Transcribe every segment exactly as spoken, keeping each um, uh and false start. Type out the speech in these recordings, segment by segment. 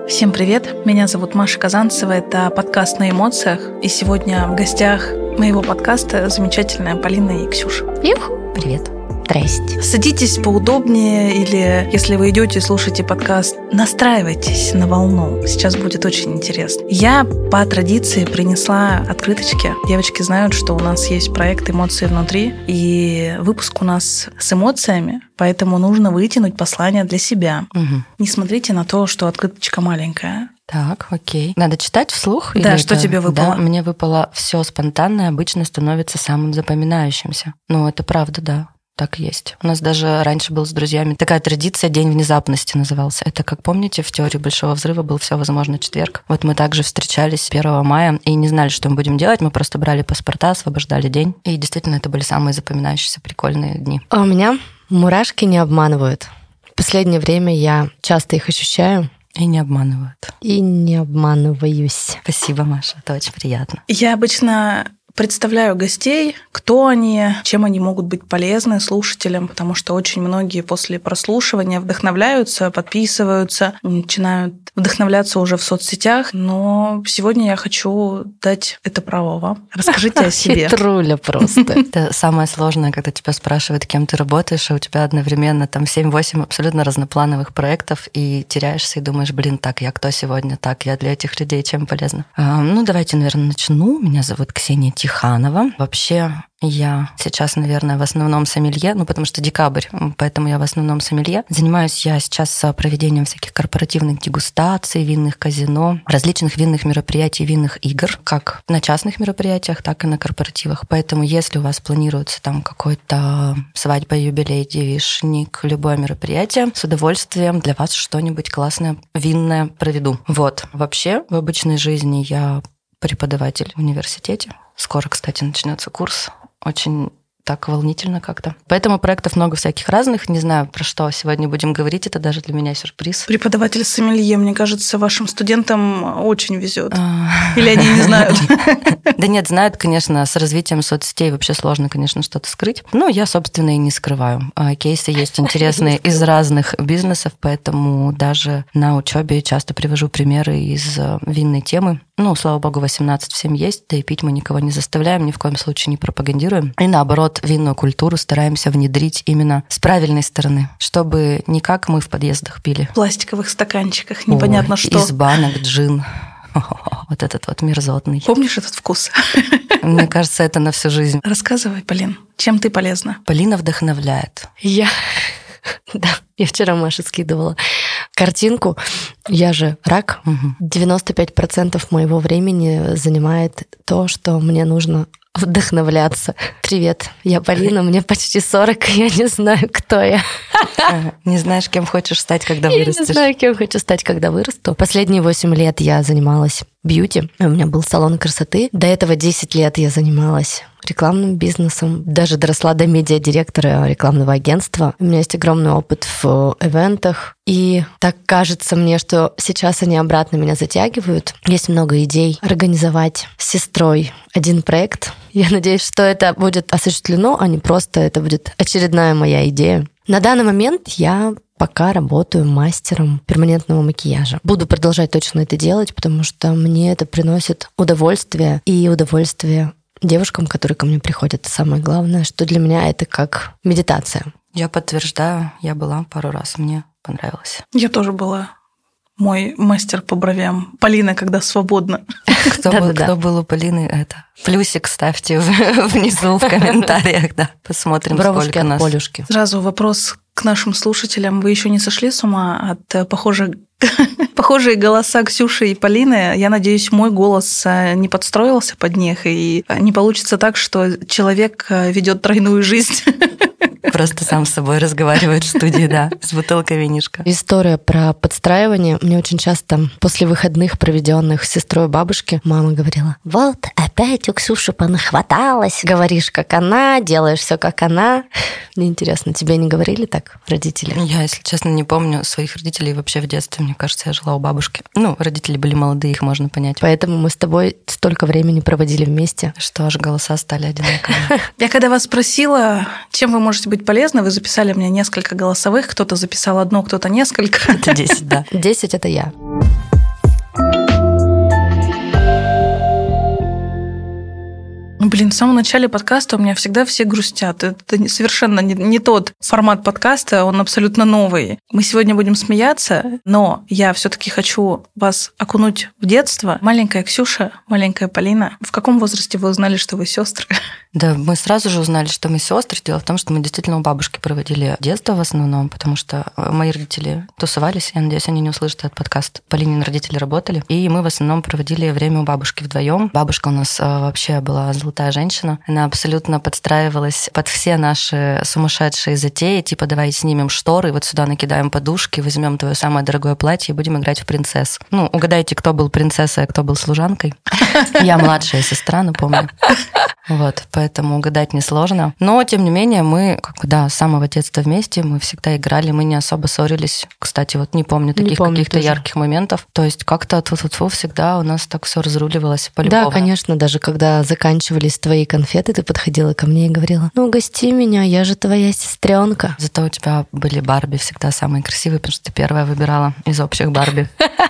Всем привет, меня зовут Маша Казанцева, это подкаст «На эмоциях», и сегодня в гостях моего подкаста замечательная Полина и Ксюша. Юху! Привет. Здрасте. Садитесь поудобнее, или если вы идете и слушаете подкаст, настраивайтесь на волну. Сейчас будет очень интересно. Я по традиции принесла открыточки. Девочки знают, что у нас есть проект «Эмоции внутри», и выпуск у нас с эмоциями, поэтому нужно вытянуть послание для себя. Угу. Не смотрите на то, что открыточка маленькая. Так, окей. Надо читать вслух? Да, или что это... тебе выпало? Да, мне выпало все спонтанное, обычно становится самым запоминающимся. Ну, это правда, да. Так и есть. У нас даже раньше был с друзьями такая традиция «День внезапности» назывался. Это, как помните, в теории Большого взрыва был «Все возможно четверг». Вот мы также встречались первого мая и не знали, что мы будем делать. Мы просто брали паспорта, освобождали день. И действительно, это были самые запоминающиеся прикольные дни. А у меня мурашки не обманывают. В последнее время я часто их ощущаю. И не обманывают. И не обманываюсь. Спасибо, Маша, это очень приятно. Я обычно представляю гостей, кто они, чем они могут быть полезны слушателям, потому что очень многие после прослушивания вдохновляются, подписываются, начинают вдохновляться уже в соцсетях, но сегодня я хочу дать это право вам. Расскажите о себе. Хитруля просто. Это самое сложное, когда тебя спрашивают, кем ты работаешь, а у тебя одновременно там семь-восемь абсолютно разноплановых проектов, и теряешься и думаешь, блин, так, я кто сегодня? Так, я для этих людей чем полезна? А, ну, давайте, наверное, начну. Меня зовут Ксения Тиханова. Вообще, я сейчас, наверное, в основном сомелье, ну, потому что декабрь, поэтому я в основном сомелье. Занимаюсь я сейчас проведением всяких корпоративных дегустаций, винных казино, различных винных мероприятий, винных игр, как на частных мероприятиях, так и на корпоративах. Поэтому, если у вас планируется там какой-то свадьба, юбилей, девичник, любое мероприятие, с удовольствием для вас что-нибудь классное винное проведу. Вот. Вообще, в обычной жизни я преподаватель в университете. Скоро, кстати, начнется курс. Очень так волнительно как-то. Поэтому проектов много всяких разных. Не знаю, про что сегодня будем говорить. Это даже для меня сюрприз. Преподаватель сомелье, мне кажется, вашим студентам очень везет. Или они не знают? Да нет, знают, конечно. С развитием соцсетей вообще сложно, конечно, что-то скрыть. Но я, собственно, и не скрываю. Кейсы есть интересные из разных бизнесов, поэтому даже на учебе часто привожу примеры из винной темы. Ну, слава богу, восемнадцать всем есть, да и пить мы никого не заставляем, ни в коем случае не пропагандируем. И наоборот, винную культуру стараемся внедрить именно с правильной стороны, чтобы не как мы в подъездах пили. В пластиковых стаканчиках, непонятно Ой, что. Из банок джин. Вот этот вот мерзотный. Помнишь этот вкус? Мне кажется, это на всю жизнь. Рассказывай, Полин, чем ты полезна? Полина вдохновляет. Я... Да, я вчера Маше скидывала картинку. Я же рак. Угу. девяносто пять процентов моего времени занимает то, что мне нужно вдохновляться. Привет, я Полина, мне почти сорок, и я не знаю, кто я. Не знаешь, кем хочешь стать, когда вырастешь? Я не знаю, кем хочу стать, когда вырасту. Последние восемь лет я занималась бьюти. У меня был салон красоты. До этого десять лет я занималась рекламным бизнесом. Даже доросла до медиадиректора рекламного агентства. У меня есть огромный опыт в ивентах. И так кажется мне, что сейчас они обратно меня затягивают. Есть много идей организовать с сестрой один проект. Я надеюсь, что это будет осуществлено, а не просто это будет очередная моя идея. На данный момент я пока работаю мастером перманентного макияжа. Буду продолжать точно это делать, потому что мне это приносит удовольствие и удовольствие девушкам, которые ко мне приходят. Самое главное, что для меня это как медитация. Я подтверждаю, я была пару раз, мне понравилось. Я тоже была. Мой мастер по бровям. Полина, когда свободна. Кто, был, кто был у Полины, это плюсик ставьте внизу в комментариях, да. Посмотрим, бровушки сколько нас. Полюшки. Сразу вопрос к нашим слушателям. Вы еще не сошли с ума от похожих... Похожие голоса Ксюши и Полины. Я надеюсь, мой голос не подстроился под них, и не получится так, что человек ведет тройную жизнь. Просто сам с собой разговаривает в студии, да, с бутылкой винишка. История про подстраивание. Мне очень часто после выходных, проведенных с сестрой бабушки, мама говорила: вот опять у Ксюши понахваталась, говоришь, как она, делаешь все как она. Мне интересно, тебе не говорили так родители? Я, если честно, не помню своих родителей вообще в детстве. Мне кажется, я жила у бабушки. Ну, родители были молодые, их можно понять. Поэтому мы с тобой столько времени проводили вместе. Что аж голоса стали одинаковыми. Я когда вас спросила, чем вы можете быть полезны, вы записали мне несколько голосовых. Кто-то записал одно, кто-то несколько. Это десять, да. Десять — это я. Блин, в самом начале подкаста у меня всегда все грустят. Это совершенно не, не тот формат подкаста, он абсолютно новый. Мы сегодня будем смеяться, но я все-таки хочу вас окунуть в детство. Маленькая Ксюша, маленькая Полина. В каком возрасте вы узнали, что вы сестры? Да, мы сразу же узнали, что мы сестры. Дело в том, что мы действительно у бабушки проводили детство в основном, потому что мои родители тусовались. Я надеюсь, они не услышат этот подкаст. Полинины родители работали, и мы в основном проводили время у бабушки вдвоем. Бабушка у нас вообще была золотая женщина. Она абсолютно подстраивалась под все наши сумасшедшие затеи, типа давай снимем шторы, вот сюда накидаем подушки, возьмем твое самое дорогое платье и будем играть в принцесс. Ну, угадайте, кто был принцессой, а кто был служанкой. Я младшая сестра, напомню. Вот, поэтому угадать несложно. Но, тем не менее, мы, как бы, да, с самого детства вместе, мы всегда играли, мы не особо ссорились. Кстати, вот не помню таких не помню каких-то тоже. ярких моментов. То есть как-то тьфу-тьфу всегда у нас так все разруливалось полюбовно. Да, конечно, даже когда заканчивались твои конфеты, ты подходила ко мне и говорила: ну, угости меня, я же твоя сестренка. Зато у тебя были Барби всегда самые красивые, потому что ты первая выбирала из общих Барби.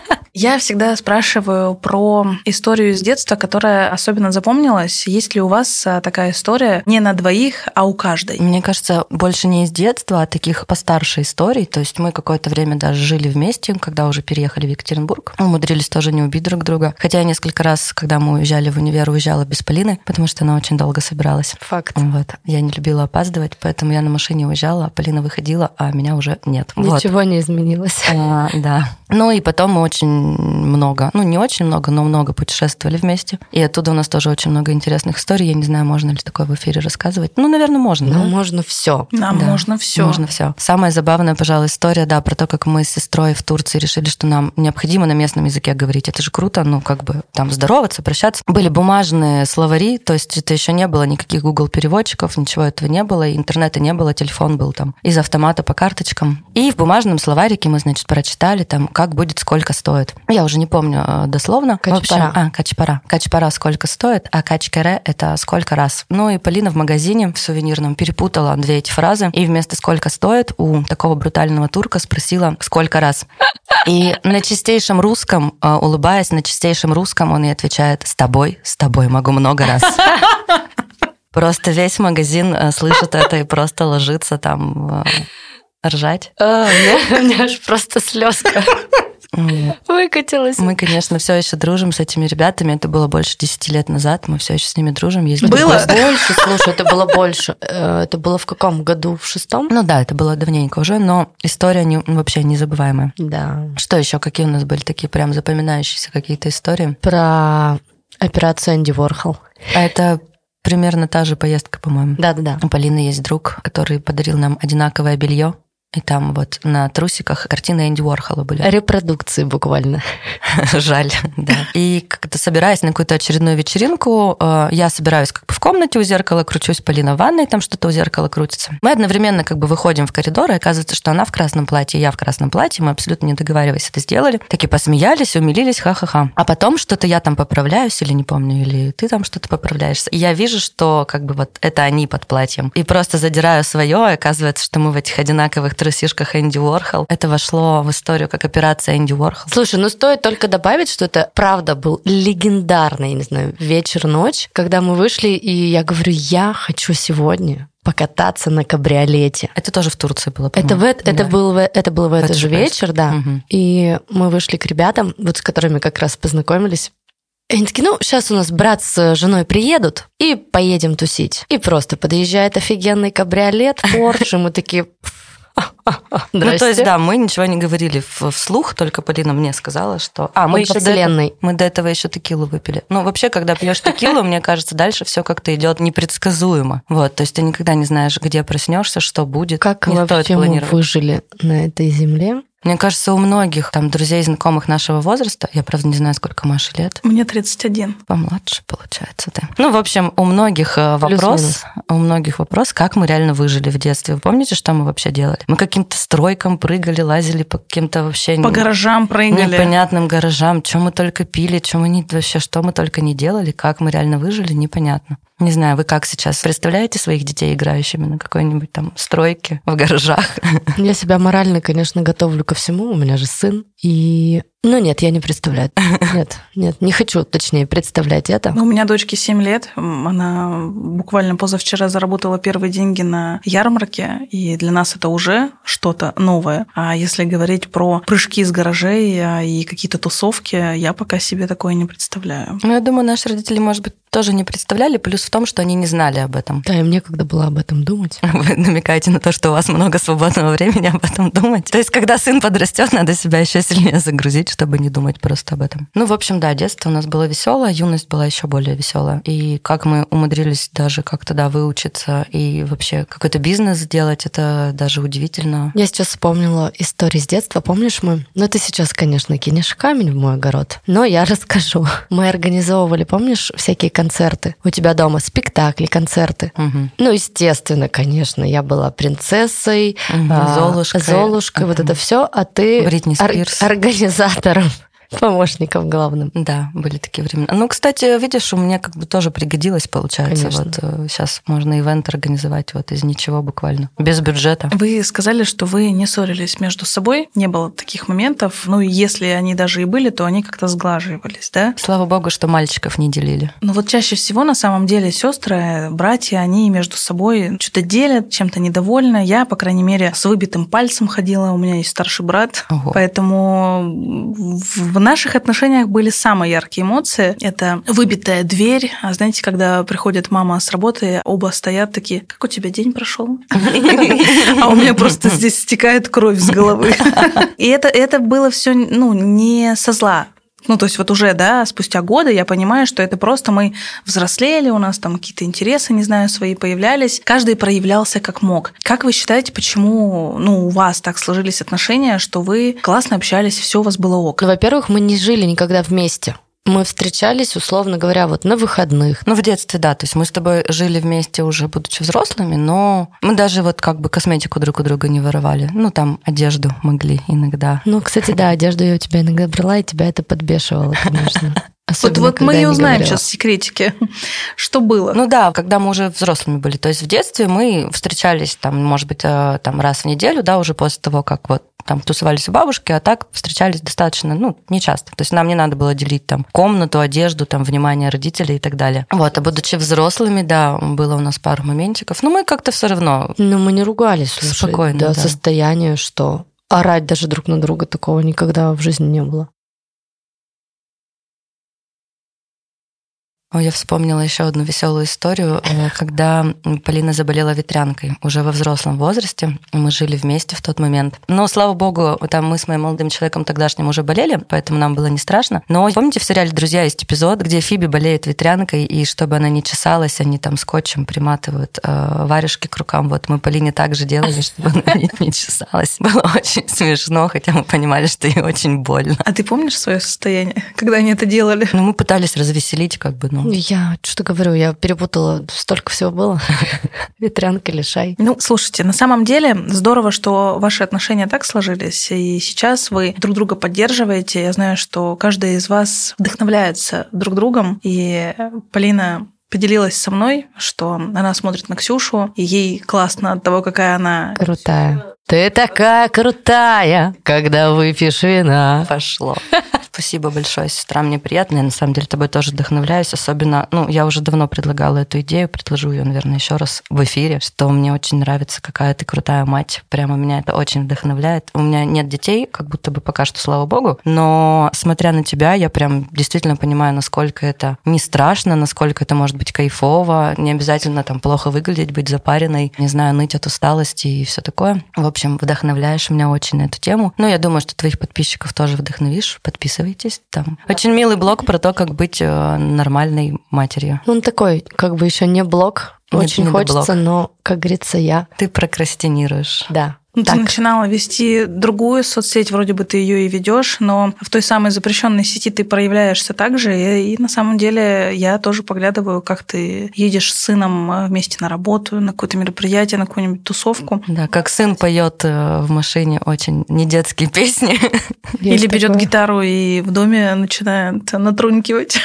Я всегда спрашиваю про историю из детства, которая особенно запомнилась. Есть ли у вас такая история не на двоих, а у каждой? Мне кажется, больше не из детства, а таких постарше историй. То есть мы какое-то время даже жили вместе, когда уже переехали в Екатеринбург. Умудрились тоже не убить друг друга. Хотя я несколько раз, когда мы уезжали в универ, уезжала без Полины, потому что она очень долго собиралась. Факт. Вот. Я не любила опаздывать, поэтому я на машине уезжала, а Полина выходила, а меня уже нет. Ничего вот. не изменилось. А, да. Ну и потом мы очень много, ну не очень много, но много путешествовали вместе. И оттуда у нас тоже очень много интересных историй. Я не знаю, можно ли такое в эфире рассказывать. Ну, наверное, можно. Ну, да? можно все. Нам да, можно все. Можно все. Самая забавная, пожалуй, история, да, про то, как мы с сестрой в Турции решили, что нам необходимо на местном языке говорить. Это же круто, ну, как бы там здороваться, прощаться. Были бумажные словари, то есть это еще не было никаких Google переводчиков, ничего этого не было, интернета не было, телефон был там из автомата по карточкам. И в бумажном словарике мы, значит, прочитали там, как будет, сколько стоит. Я уже не помню дословно. Качпара. А, качпара. Качпара сколько стоит, а качкаре — это сколько раз. Ну и Полина в магазине в сувенирном перепутала две эти фразы, и вместо «сколько стоит» у такого брутального турка спросила «сколько раз?». И на чистейшем русском, улыбаясь на чистейшем русском, он ей отвечает: «С тобой, с тобой могу много раз». Просто весь магазин слышит это и просто ложится там ржать. У меня аж просто слезка выкатилась. Мы, конечно, все еще дружим с этими ребятами. Это было больше десяти лет назад. Мы все еще с ними дружим. Есть было больше, слушай, это было больше. Это было в каком году? В шестом? Ну да, это было давненько уже, но история не, вообще незабываемая. Да. Что еще? Какие у нас были такие прям запоминающиеся какие-то истории? Про операцию Энди Уорхол. А это примерно та же поездка, по-моему. Да-да-да. У Полины есть друг, который подарил нам одинаковое белье. И там вот на трусиках картины Энди Уорхола были. Репродукции буквально. Жаль, да. И как-то собираясь на какую-то очередную вечеринку, я собираюсь как бы в комнате у зеркала, кручусь, Полина в ванной, там что-то у зеркала крутится. Мы одновременно как бы выходим в коридор, и оказывается, что она в красном платье, я в красном платье, мы абсолютно не договариваясь это сделали. Такие посмеялись, умилились, ха-ха-ха. А потом что-то я там поправляюсь, или не помню, или ты там что-то поправляешься. И я вижу, что как бы вот это они под платьем. И просто задираю свое, и оказывается, что мы в этих одинаковых трусишках Энди Уорхол. Это вошло в историю как операция Энди Уорхол. Слушай, ну стоит только добавить, что это правда был легендарный, я не знаю, вечер-ночь, когда мы вышли, и я говорю, я хочу сегодня покататься на кабриолете. Это тоже в Турции было, это, в, да. это, было, это было в этот это же вечер, да. Угу. И мы вышли к ребятам, вот с которыми как раз познакомились. И они такие, ну, сейчас у нас брат с женой приедут, и поедем тусить. И просто подъезжает офигенный кабриолет, Порш, и мы такие... Ну, то есть, да, мы ничего не говорили вслух, только Полина мне сказала, что... А, мы еще до этого, мы до этого еще текилу выпили. Ну, вообще, когда пьешь текилу, мне кажется, дальше все как-то идет непредсказуемо. Вот, то есть ты никогда не знаешь, где проснешься, что будет. Как не вообще мы выжили на этой земле? Мне кажется, у многих там друзей и знакомых нашего возраста, я, правда, не знаю, сколько Маше лет. Мне тридцать один. Помладше, получается, ты. Ну, в общем, у многих вопрос, у многих вопрос, как мы реально выжили в детстве. Вы помните, что мы вообще делали? Мы каким-то стройкам прыгали, лазили по каким-то вообще... По гаражам прыгали. Непонятным гаражам. Что мы только пили, что мы не... вообще, что мы только не делали, как мы реально выжили, непонятно. Не знаю, вы как сейчас представляете своих детей играющими на какой-нибудь там стройке в гаражах? Я себя морально, конечно, готовлю ко всему. У меня же сын. И Ну нет, я не представляю. Нет, нет, не хочу, точнее, представлять это. Ну, у меня дочке семь лет. Она буквально позавчера заработала первые деньги на ярмарке, и для нас это уже что-то новое. А если говорить про прыжки из гаражей и какие-то тусовки, я пока себе такое не представляю. Ну, я думаю, наши родители, может быть, тоже не представляли, плюс в том, что они не знали об этом. Да, им некогда было об этом думать. Вы намекаете на то, что у вас много свободного времени об этом думать. То есть, когда сын подрастет, надо себя еще сильнее загрузить, чтобы не думать просто об этом. Ну, в общем, да, детство у нас было веселое, юность была еще более веселая. И как мы умудрились даже как-то, да, выучиться и вообще какой-то бизнес сделать, это даже удивительно. Я сейчас вспомнила истории с детства. Помнишь мы? Ну, ты сейчас, конечно, кинешь камень в мой огород, но я расскажу. Мы организовывали, помнишь, всякие концерты? У тебя дома спектакли, концерты. Угу. Ну, естественно, конечно, я была принцессой, угу. а, Золушкой, Золушкой, угу. вот это все, а ты Бритни Спирс. Ор- организатором. Помощником главным. Да, были такие времена. Ну, кстати, видишь, у меня как бы тоже пригодилось, получается. Конечно. Вот сейчас можно ивент организовать вот из ничего буквально, без бюджета. Вы сказали, что вы не ссорились между собой, не было таких моментов. Ну, и если они даже и были, то они как-то сглаживались, да? Слава богу, что мальчиков не делили. Ну вот чаще всего на самом деле сестры, братья, они между собой что-то делят, чем-то недовольны. Я, по крайней мере, с выбитым пальцем ходила, у меня есть старший брат, Ого. Поэтому в наших отношениях были самые яркие эмоции. Это выбитая дверь. А знаете, когда приходит мама с работы, оба стоят такие: как у тебя день прошел? А у меня просто здесь стекает кровь с головы. И это, это было все, ну, не со зла. Ну, то есть вот уже, да, спустя годы я понимаю, что это просто мы взрослели, у нас там какие-то интересы, не знаю, свои появлялись. Каждый проявлялся как мог. Как вы считаете, почему, ну, у вас так сложились отношения, что вы классно общались, все у вас было ок? Ну, во-первых, мы не жили никогда вместе. Мы встречались, условно говоря, вот на выходных. Ну, в детстве, да. То есть мы с тобой жили вместе уже, будучи взрослыми, но мы даже вот как бы косметику друг у друга не воровали. Ну, там одежду могли иногда. Ну, кстати, да, одежду я у тебя иногда брала, и тебя это подбешивало, конечно. Вот, вот мы и узнаем сейчас секретики, что было. Ну да, когда мы уже взрослыми были. То есть в детстве мы встречались, там, может быть, там раз в неделю, да, уже после того, как вот там тусовались у бабушки, а так встречались достаточно, ну, нечасто. То есть нам не надо было делить там комнату, одежду, там, внимание родителей и так далее. Вот, а будучи взрослыми, да, было у нас пару моментиков, но мы как-то все равно... Ну, мы не ругались, слушай, спокойно, до да. состояния, что орать даже друг на друга такого никогда в жизни не было. Ой, я вспомнила еще одну веселую историю, когда Полина заболела ветрянкой уже во взрослом возрасте. Мы жили вместе в тот момент. Но, слава богу, там мы с моим молодым человеком тогдашним уже болели, поэтому нам было не страшно. Но помните, в сериале «Друзья» есть эпизод, где Фиби болеет ветрянкой, и чтобы она не чесалась, они там скотчем приматывают э, варежки к рукам. Вот мы Полине так же делали, чтобы она не, не чесалась. Было очень смешно, хотя мы понимали, что ей очень больно. А ты помнишь свое состояние, когда они это делали? Ну, мы пытались развеселить, как бы, ну... Я что говорю, я перепутала, столько всего было. Ветрянка, лишай. Ну, слушайте, на самом деле здорово, что ваши отношения так сложились, и сейчас вы друг друга поддерживаете. Я знаю, что каждый из вас вдохновляется друг другом, и Полина поделилась со мной, что она смотрит на Ксюшу, и ей классно от того, какая она... Крутая. Ты такая крутая, когда выпьешь вина. Пошло. Спасибо большое, сестра, мне приятно. Я, на самом деле, тобой тоже вдохновляюсь. Особенно, ну, я уже давно предлагала эту идею, предложу ее, наверное, еще раз в эфире, что мне очень нравится, какая ты крутая мать. Прямо меня это очень вдохновляет. У меня нет детей, как будто бы пока что, слава богу, но, смотря на тебя, я прям действительно понимаю, насколько это не страшно, насколько это может быть кайфово. Не обязательно там плохо выглядеть, быть запаренной, не знаю, ныть от усталости и все такое. В общем, вдохновляешь меня очень на эту тему. Ну, я думаю, что твоих подписчиков тоже вдохновишь. Подписывайтесь. Там очень милый блог про то, как быть нормальной матерью. Он такой, как бы еще не блог. Нет, очень не хочется, блог. Но, как говорится, я... Ты прокрастинируешь. Да. Ну, ты Так. начинала вести другую соцсеть, вроде бы ты ее и ведешь, но в той самой запрещенной сети ты проявляешься так же. И, и на самом деле я тоже поглядываю, как ты едешь с сыном вместе на работу, на какое-то мероприятие, на какую-нибудь тусовку. Да, как сын поет в машине очень недетские песни. Или Есть берет такое. гитару и в доме начинает натрункивать.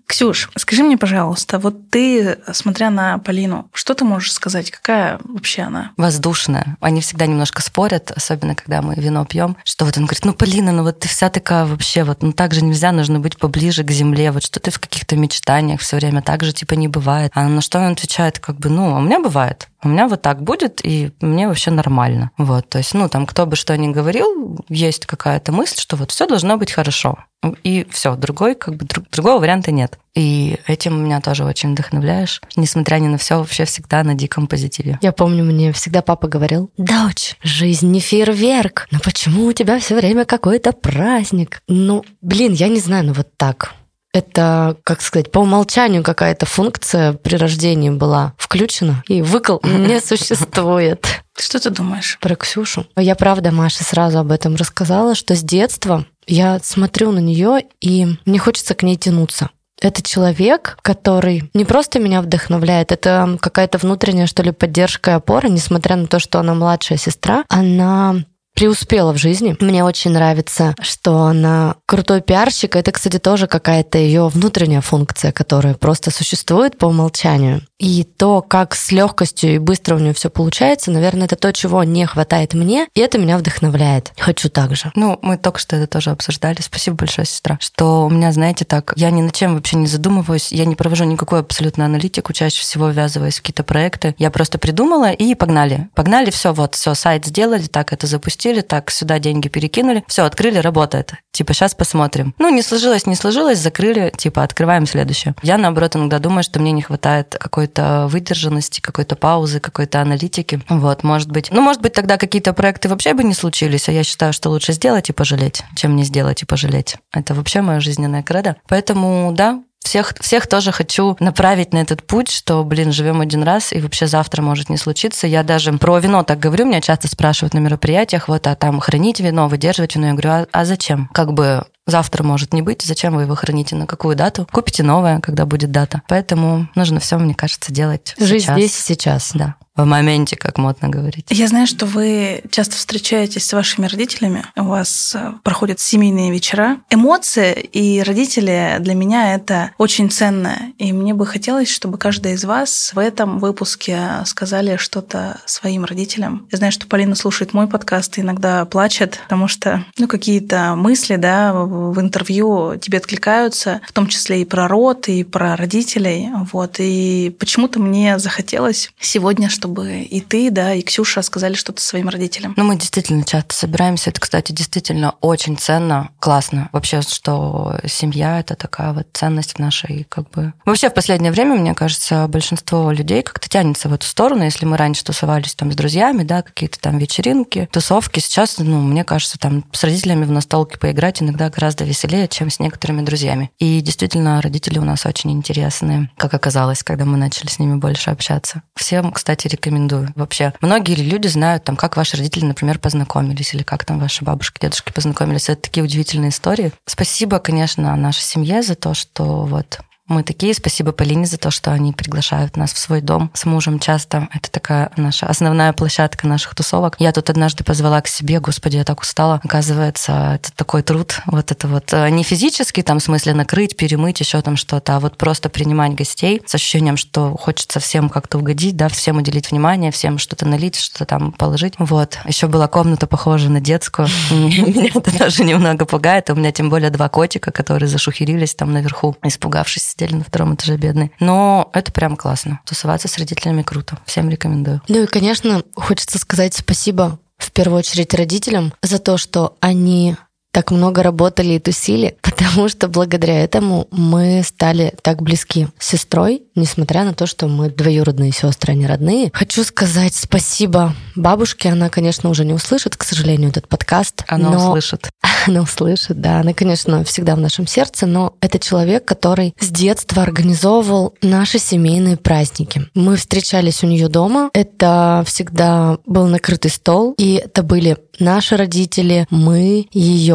Ксюш, скажи мне, пожалуйста, вот ты, смотря на Полину, что ты можешь сказать? Какая вообще она? Воздушная. Они всегда немножко спорят, особенно когда мы вино пьем, что вот он говорит, ну, Полина, ну вот ты вся такая вообще, вот, ну так же нельзя, нужно быть поближе к земле, вот что ты в каких-то мечтаниях все время, так же типа не бывает. А на что он отвечает, как бы, ну, а у меня бывает. У меня вот так будет, и мне вообще нормально. Вот, то есть, ну, там, кто бы что ни говорил, есть какая-то мысль, что вот все должно быть хорошо. И все, другой, как бы, друг, другого варианта нет. И этим меня тоже очень вдохновляешь. Несмотря ни на все, вообще всегда на диком позитиве. Я помню, мне всегда папа говорил: дочь, жизнь не фейерверк, но почему у тебя все время какой-то праздник? Ну, блин, я не знаю, ну вот так. Это, как сказать, по умолчанию какая-то функция при рождении была включена, и выкл не существует. Что ты думаешь про Ксюшу? Я, правда, Маше сразу об этом рассказала, что с детства я смотрю на нее, и мне хочется к ней тянуться. Это человек, который не просто меня вдохновляет, это какая-то внутренняя, что ли, поддержка и опора, несмотря на то, что она младшая сестра, она преуспела в жизни. Мне очень нравится, что она крутой пиарщик. Это, кстати, тоже какая-то ее внутренняя функция, которая просто существует по умолчанию. И то, как с легкостью и быстро у нее все получается, наверное, это то, чего не хватает мне, и это меня вдохновляет. Хочу так же. Ну, мы только что это тоже обсуждали. Спасибо большое, сестра. Что у меня, знаете, так, я ни над чем вообще не задумываюсь, я не провожу никакую абсолютно аналитику, чаще всего ввязываюсь в какие-то проекты. Я просто придумала и погнали. Погнали, все, вот, все, сайт сделали, так это запустили, так сюда деньги перекинули, все, открыли, работает. Типа, сейчас посмотрим. Ну, не сложилось, не сложилось, закрыли, типа, открываем следующее. Я, наоборот, иногда думаю, что мне не хватает какой-то выдержанности, какой-то паузы, какой-то аналитики. Вот, может быть. Ну, может быть, тогда какие-то проекты вообще бы не случились, а я считаю, что лучше сделать и пожалеть, чем не сделать и пожалеть. Это вообще моя жизненная кредо. Поэтому, да, Всех, всех тоже хочу направить на этот путь, что, блин, живем один раз, и вообще завтра может не случиться. Я даже про вино так говорю, меня часто спрашивают на мероприятиях, вот, а там хранить вино, выдерживать вино. Я говорю, а, а зачем? Как бы завтра может не быть, зачем вы его храните, на какую дату? Купите новое, когда будет дата. Поэтому нужно все, мне кажется, делать Жить сейчас. здесь и сейчас. Да. В моменте, как модно говорить. Я знаю, что вы часто встречаетесь с вашими родителями, у вас проходят семейные вечера. Эмоции и родители для меня это очень ценно. И мне бы хотелось, чтобы каждый из вас в этом выпуске сказали что-то своим родителям. Я знаю, что Полина слушает мой подкаст и иногда плачет, потому что ну, какие-то мысли да, в интервью тебе откликаются, в том числе и про род, и про родителей. Вот. И почему-то мне захотелось сегодня, чтобы чтобы и ты, да, и Ксюша сказали что-то своим родителям. Ну, мы действительно часто собираемся. Это, кстати, действительно очень ценно, классно. Вообще, что семья — это такая вот ценность в нашей, как бы... Вообще, в последнее время, мне кажется, большинство людей как-то тянется в эту сторону. Если мы раньше тусовались там с друзьями, да, какие-то там вечеринки, тусовки, сейчас, ну, мне кажется, там с родителями в настолки поиграть иногда гораздо веселее, чем с некоторыми друзьями. И действительно, родители у нас очень интересные, как оказалось, когда мы начали с ними больше общаться. Всем, кстати, рекомендую. Вообще, многие люди знают, там, как ваши родители, например, познакомились, или как там ваши бабушки, дедушки познакомились. Это такие удивительные истории. Спасибо, конечно, нашей семье за то, что вот мы такие. Спасибо Полине за то, что они приглашают нас в свой дом с мужем часто. Это такая наша основная площадка наших тусовок. Я тут однажды позвала к себе, господи, я так устала. Оказывается, это такой труд. Вот это вот не физический, там, в смысле накрыть, перемыть, еще там что-то, а вот просто принимать гостей с ощущением, что хочется всем как-то угодить, да, всем уделить внимание, всем что-то налить, что-то там положить. Вот. Еще была комната похожа на детскую. Меня это даже немного пугает. У меня тем более два котика, которые зашухерились там наверху, испугавшись, на втором этаже бедные. Но это прям классно. Тусоваться с родителями круто. Всем рекомендую. Ну и, конечно, хочется сказать спасибо в первую очередь родителям за то, что они так много работали и тусили, потому что благодаря этому мы стали так близки с сестрой, несмотря на то, что мы двоюродные сестры, а не родные. Хочу сказать спасибо бабушке. Она, конечно, уже не услышит, к сожалению, этот подкаст. Она но... услышит. Она услышит, да. Она, конечно, всегда в нашем сердце, но это человек, который с детства организовывал наши семейные праздники. Мы встречались у нее дома. Это всегда был накрытый стол, и это были наши родители, мы, ее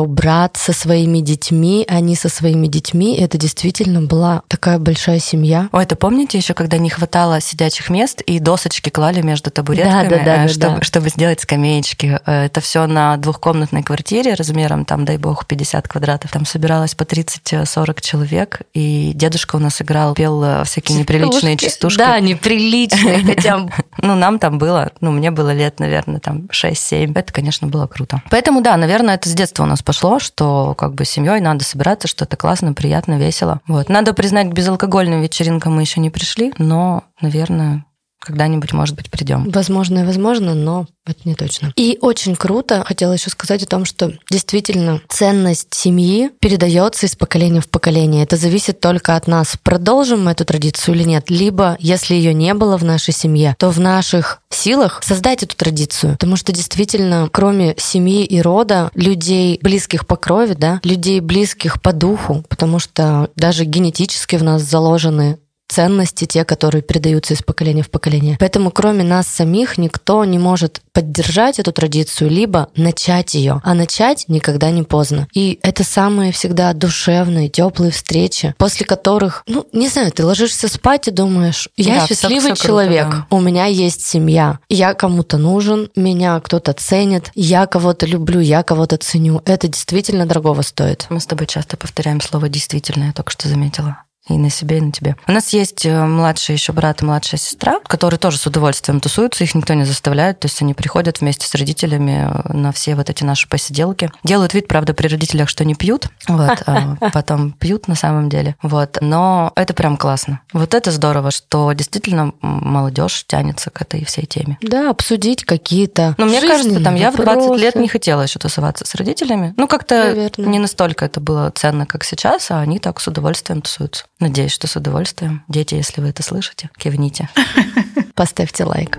что брат со своими детьми, они со своими детьми, это действительно была такая большая семья. Ой, это помните еще, когда не хватало сидячих мест и досочки клали между табуретками, да, да, да, чтобы, да. чтобы сделать скамеечки. Это все на двухкомнатной квартире размером, там, дай бог, пятьдесят квадратов. Там собиралось по тридцать-сорок человек, и дедушка у нас играл, пел всякие неприличные частушки. Да, неприличные, хотя... Ну, нам там было, ну, мне было лет, наверное, там шесть-семь. Это, конечно, было круто. Поэтому, да, наверное, это с детства у нас пошло, что как бы семьей надо собираться, что-то классно, приятно, весело. Вот. Надо признать, к безалкогольным вечеринкам мы еще не пришли, но, наверное, когда-нибудь, может быть, придем. Возможно, и возможно, но это не точно. И очень круто, хотела еще сказать о том, что действительно ценность семьи передается из поколения в поколение. Это зависит только от нас, продолжим мы эту традицию или нет. Либо, если ее не было в нашей семье, то в наших силах создать эту традицию. Потому что действительно, кроме семьи и рода, людей близких по крови, да, людей близких по духу, потому что даже генетически в нас заложены ценности, те, которые передаются из поколения в поколение. Поэтому кроме нас самих никто не может поддержать эту традицию, либо начать ее. А начать никогда не поздно. И это самые всегда душевные, теплые встречи, после которых, ну, не знаю, ты ложишься спать и думаешь, я да, счастливый всё, всё человек, круто, да. У меня есть семья, я кому-то нужен, меня кто-то ценит, я кого-то люблю, я кого-то ценю. Это действительно дорогого стоит. Мы с тобой часто повторяем слово «действительно», я только что заметила. И на себе, и на тебе. У нас есть младший еще брат и младшая сестра, которые тоже с удовольствием тусуются, их никто не заставляет, то есть они приходят вместе с родителями на все вот эти наши посиделки. Делают вид, правда, при родителях, что не пьют, вот, а потом пьют на самом деле. Вот. Но это прям классно. Вот это здорово, что действительно молодежь тянется к этой всей теме. Да, обсудить какие-то Ну, мне кажется, там я в двадцать лет не хотела еще тусоваться с родителями. Ну, как-то Наверное. не настолько это было ценно, как сейчас, а они так с удовольствием тусуются. Надеюсь, что с удовольствием. Дети, если вы это слышите, кивните. Поставьте лайк.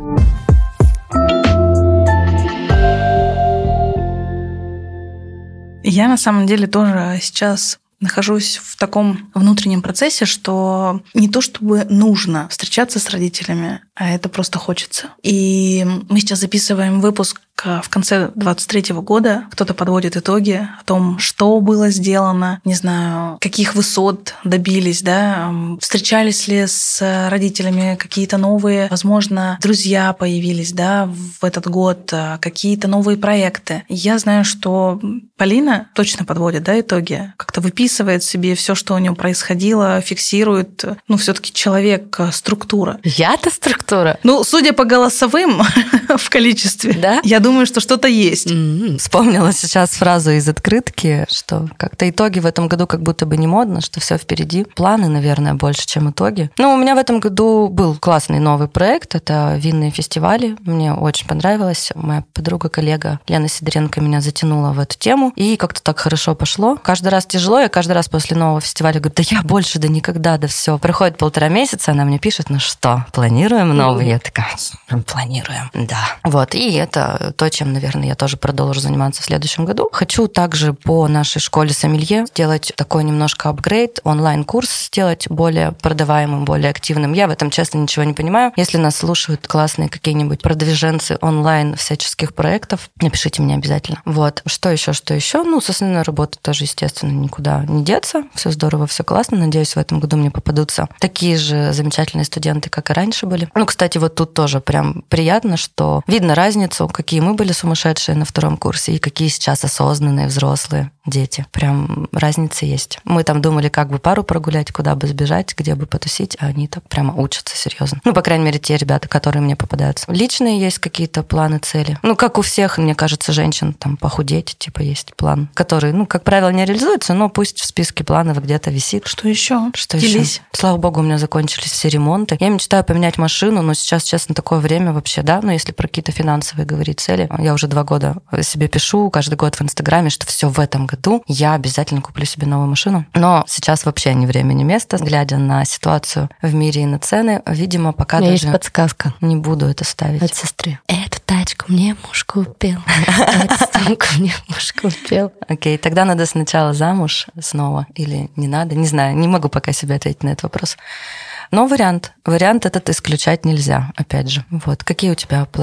Я на самом деле тоже сейчас нахожусь в таком внутреннем процессе, что не то чтобы нужно встречаться с родителями, а это просто хочется. И мы сейчас записываем выпуск в конце двадцать третьего года. Кто-то подводит итоги о том, что было сделано, не знаю, каких высот добились, да, встречались ли с родителями какие-то новые, возможно, друзья появились, да, в этот год, какие-то новые проекты. Я знаю, что Полина точно подводит, да, итоги, как-то выписывает себе все, что у нее происходило, фиксирует. Ну, все-таки человек, структура. Я-то структура? Ну, судя по голосовым в количестве, да? Я думаю, что что-то есть. Mm-hmm. Вспомнила сейчас фразу из открытки, что как-то итоги в этом году как будто бы не модно, что все впереди. Планы, наверное, больше, чем итоги. Ну, у меня в этом году был классный новый проект. Это винные фестивали. Мне очень понравилось. Моя подруга-коллега Лена Сидоренко меня затянула в эту тему. И как-то так хорошо пошло. Каждый раз тяжело. Я каждый раз после нового фестиваля говорю, да я больше, да никогда, да все. Проходит полтора месяца, она мне пишет, ну что, планируем новый? Я такая, планируем, да. Вот, и это то, чем, наверное, я тоже продолжу заниматься в следующем году. Хочу также по нашей школе сомелье сделать такой немножко апгрейд, онлайн-курс сделать более продаваемым, более активным. Я в этом, честно, ничего не понимаю. Если нас слушают классные какие-нибудь продвиженцы онлайн всяческих проектов, напишите мне обязательно. Вот. Что еще, что еще? Ну, с основной работы тоже, естественно, никуда не деться. Все здорово, все классно. Надеюсь, в этом году мне попадутся такие же замечательные студенты, как и раньше были. Ну, кстати, вот тут тоже прям приятно, что видно разницу, какие мы были сумасшедшие на втором курсе и какие сейчас осознанные взрослые дети. Прям разница есть. Мы там думали, как бы пару прогулять, куда бы сбежать, где бы потусить, а они так прямо учатся серьезно. Ну, по крайней мере, те ребята, которые мне попадаются. Личные есть какие-то планы, цели. Ну, как у всех, мне кажется, женщин, там, похудеть, типа, есть план, который, ну, как правило, не реализуется, но пусть в списке планов где-то висит. Что еще? Что Делись. еще? Слава богу, у меня закончились все ремонты. Я мечтаю поменять машину, но сейчас, честно, такое время вообще, да, но если про какие-то финансовые говорить цели, я уже два года себе пишу, каждый год в Инстаграме, что все в этом году я обязательно куплю себе новую машину. Но сейчас вообще ни время, ни место. Глядя на ситуацию в мире и на цены, видимо, пока даже есть подсказка. Не буду это ставить. От сестры. Эту тачку мне муж купил, эту сумку мне муж купил. Окей, тогда надо сначала замуж снова или не надо? Не знаю, не могу пока себе ответить на этот вопрос. Но вариант. Вариант этот исключать нельзя, опять же. Вот. Какие у тебя планы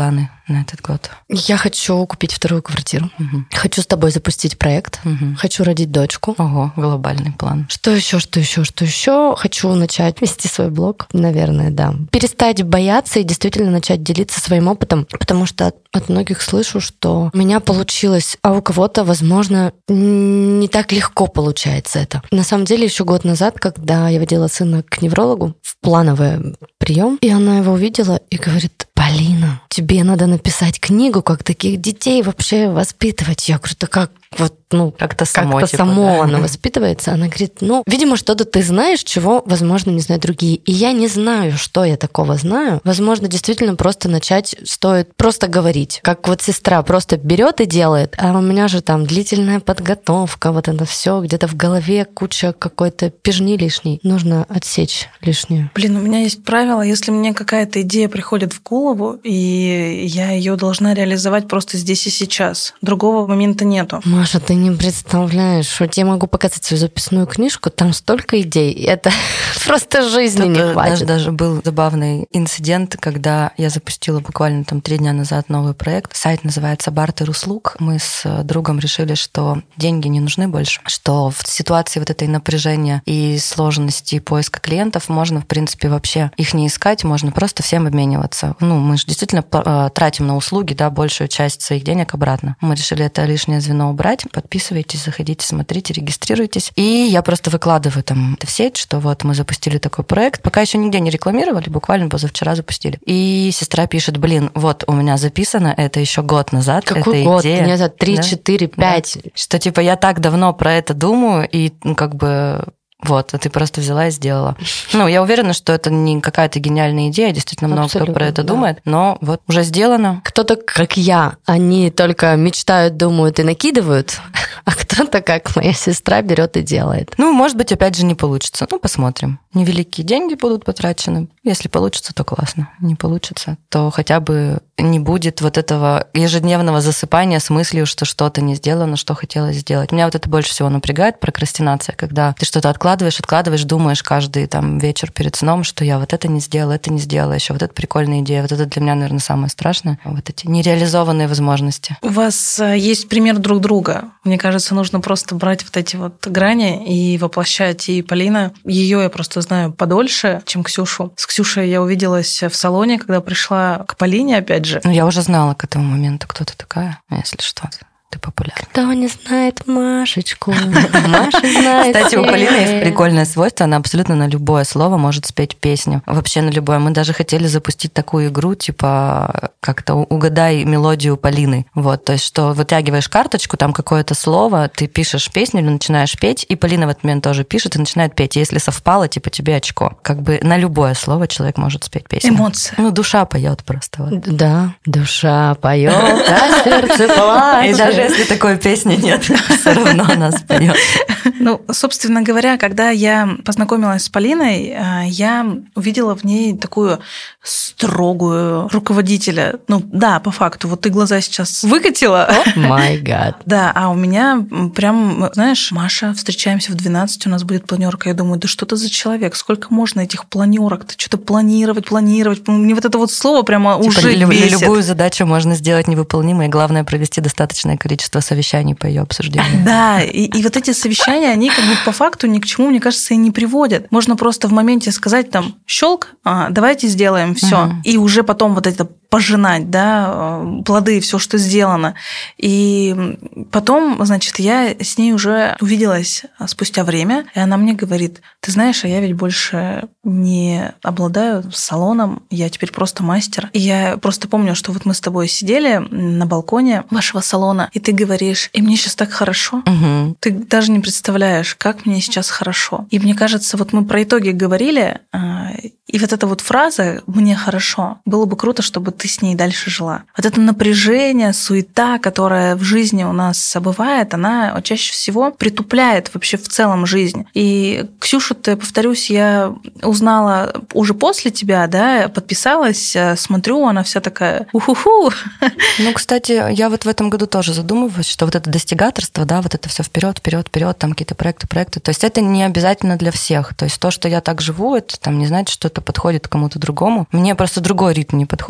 на этот год? Я хочу купить вторую квартиру. Угу. Хочу с тобой запустить проект. Угу. Хочу родить дочку. Ого, глобальный план. Что еще, что еще, что еще? Хочу начать вести свой блог, наверное, да. Перестать бояться и действительно начать делиться своим опытом, потому что от, от многих слышу, что у меня получилось, а у кого-то, возможно, не так легко получается это. На самом деле, еще год назад, когда я водила сына к неврологу в плановый прием, и она его увидела и говорит: Полина, тебе надо написать книгу, как таких детей вообще воспитывать. Я говорю: да как? Вот, ну, как-то само, как-то типа, само да. оно воспитывается. Она говорит: ну, видимо, что-то ты знаешь, чего, возможно, не знают другие. И я не знаю, что я такого знаю. Возможно, действительно просто начать стоит просто говорить. Как вот сестра просто берет и делает, а у меня же там длительная подготовка, вот это все где-то в голове, куча какой-то пижни лишней. Нужно отсечь лишнее. Блин, у меня есть правило, если мне какая-то идея приходит в голову, и я ее должна реализовать просто здесь и сейчас. Другого момента нету. Маша, ты не представляешь, вот я могу показать свою записную книжку, там столько идей, это просто жизни не хватит. Даже, даже был забавный инцидент, когда я запустила буквально там три дня назад новый проект. Сайт называется «Бартер услуг». Мы с другом решили, что деньги не нужны больше, что в ситуации вот этой напряжения и сложности поиска клиентов можно, в принципе, вообще их не искать, можно просто всем обмениваться. Ну, мы же действительно тратим на услуги, да, большую часть своих денег обратно. Мы решили это лишнее звено убрать. Подписывайтесь, заходите, смотрите, регистрируйтесь. И я просто выкладываю там это в сеть, что вот мы запустили такой проект. Пока еще нигде не рекламировали, буквально позавчера запустили. И сестра пишет: блин, вот у меня записано это еще год назад. Какой эта год? идея. Не знаю, три, да? четыре, пять. Да. Что типа я так давно про это думаю, и ну, как бы... Вот, а ты просто взяла и сделала. Ну, я уверена, что это не какая-то гениальная идея, действительно много Абсолютно, кто про это да. думает, но вот уже сделано. Кто-то, как я, они только мечтают, думают и накидывают, а кто-то, как моя сестра, берет и делает. Ну, может быть, опять же, не получится. Ну, посмотрим. Невеликие деньги будут потрачены. Если получится, то классно. Не получится, то хотя бы не будет вот этого ежедневного засыпания с мыслью, что что-то не сделано, что хотелось сделать. Меня вот это больше всего напрягает, прокрастинация, когда ты что-то откладываешь, откладываешь, думаешь каждый там вечер перед сном, что я вот это не сделала, это не сделала, еще вот это прикольная идея. Вот это для меня, наверное, самое страшное. Вот эти нереализованные возможности. У вас есть пример друг друга. Мне кажется, нужно просто брать вот эти вот грани и воплощать. И Полина, ее я просто знаю подольше, чем Ксюшу. С Ксюшей я увиделась в салоне, когда пришла к Полине, опять же. Ну, я уже знала к этому моменту, кто ты такая, если что. Ты популярна. Кто не знает Машечку? Маша знает. Кстати, у Полины есть прикольное свойство. Она абсолютно на любое слово может спеть песню. Вообще на любое. Мы даже хотели запустить такую игру, типа как-то угадай мелодию Полины. Вот, то есть, что вытягиваешь карточку, там какое-то слово, ты пишешь песню или начинаешь петь, и Полина в этот момент тоже пишет и начинает петь. И если совпало, типа тебе очко. Как бы на любое слово человек может спеть песню. Эмоции. Ну, душа поет просто. Вот. Да, душа поет, а сердце плачет. И даже если такой песни нет, все равно она споет. Ну, собственно говоря, когда я познакомилась с Полиной, я увидела в ней такую строгую руководителя. Ну, да, по факту. Вот ты глаза сейчас выкатила. О май гад. Да, а у меня прям, знаешь, Маша, встречаемся в двенадцать, у нас будет планерка. Я думаю, да что ты за человек? Сколько можно этих планерок-то? Что-то планировать, планировать. Мне вот это вот слово прямо типа уже лю- бесит. Любую задачу можно сделать невыполнимой, главное провести достаточное количество совещаний по ее обсуждению. Да, и, и вот эти совещания, они как бы по факту ни к чему, мне кажется, и не приводят. Можно просто в моменте сказать там: щелк, а, давайте сделаем все, угу. И уже потом вот это пожинать, да, плоды, все, что сделано. И потом, значит, я с ней уже увиделась спустя время, и она мне говорит: ты знаешь, а я ведь больше не обладаю салоном, я теперь просто мастер. И я просто помню, что вот мы с тобой сидели на балконе вашего салона, и ты говоришь: и мне сейчас так хорошо. Угу. Ты даже не представляешь, как мне сейчас хорошо. И мне кажется, вот мы про итоги говорили, и вот эта вот фраза «мне хорошо», было бы круто, чтобы ты с ней дальше жила. Вот это напряжение, суета, которая в жизни у нас бывает, она чаще всего притупляет вообще в целом жизнь. И Ксюшу-то, повторюсь, я узнала уже после тебя, да, подписалась, смотрю, она вся такая уху-ху. Ну, кстати, я вот в этом году тоже задумываюсь, что вот это достигаторство, да, вот это все вперед, вперед, вперед, там какие-то проекты, проекты. То есть это не обязательно для всех. То есть то, что я так живу, это там не значит, что это подходит кому-то другому. Мне просто другой ритм не подходит. То есть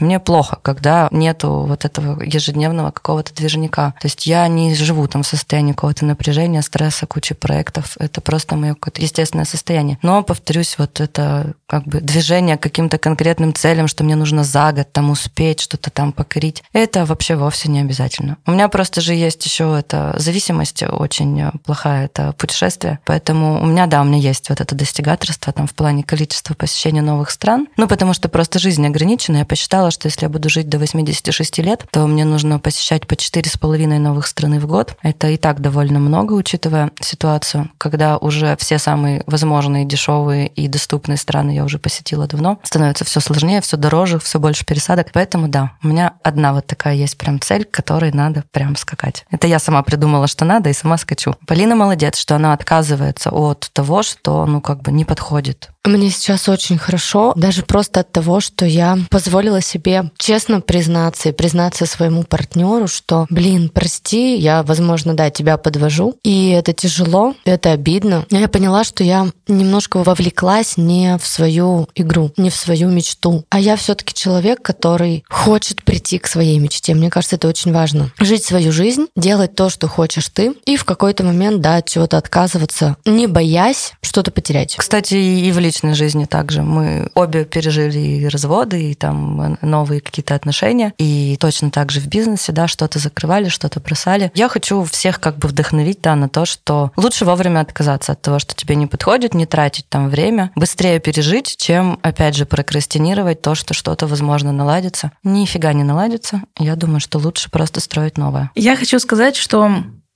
есть мне плохо, когда нету вот этого ежедневного какого-то движника. То есть я не живу там в состоянии какого-то напряжения, стресса, кучи проектов. Это просто мое какое-то естественное состояние. Но, повторюсь, вот это как бы движение к каким-то конкретным целям, что мне нужно за год там успеть, что-то там покорить, это вообще вовсе не обязательно. У меня просто же есть еще эта зависимость очень плохая, это путешествие. Поэтому у меня, да, у меня есть вот это достигаторство там в плане количества посещения новых стран. Ну, потому что просто жизнь ограничена. Я посчитала, что если я буду жить до восьмидесяти шести лет, то мне нужно посещать по четыре с половиной новых страны в год. Это и так довольно много, учитывая ситуацию, когда уже все самые возможные, дешевые и доступные страны я уже посетила давно. Становится все сложнее, все дороже, все больше пересадок. Поэтому да, у меня одна вот такая есть прям цель, к которой надо прям скакать. Это я сама придумала, что надо, и сама скачу. Полина молодец, что она отказывается от того, что, ну, как бы не подходит. Мне сейчас очень хорошо, даже просто от того, что я позволила себе честно признаться и признаться своему партнеру, что, блин, прости, я, возможно, да, тебя подвожу, и это тяжело, это обидно. Но я поняла, что я немножко вовлеклась не в свою игру, не в свою мечту, а я все-таки человек, который хочет прийти к своей мечте. Мне кажется, это очень важно. Жить свою жизнь, делать то, что хочешь ты, и в какой-то момент, да, от чего-то отказываться, не боясь что-то потерять. Кстати, и в личной жизни также. Мы обе пережили и разводы, и там новые какие-то отношения, и точно так же в бизнесе, да, что-то закрывали, что-то бросали. Я хочу всех как бы вдохновить, да, на то, что лучше вовремя отказаться от того, что тебе не подходит, не тратить там время, быстрее пережить, чем, опять же, прокрастинировать то, что что-то, возможно, наладится. Нифига не наладится. Я думаю, что лучше просто строить новое. Я хочу сказать, что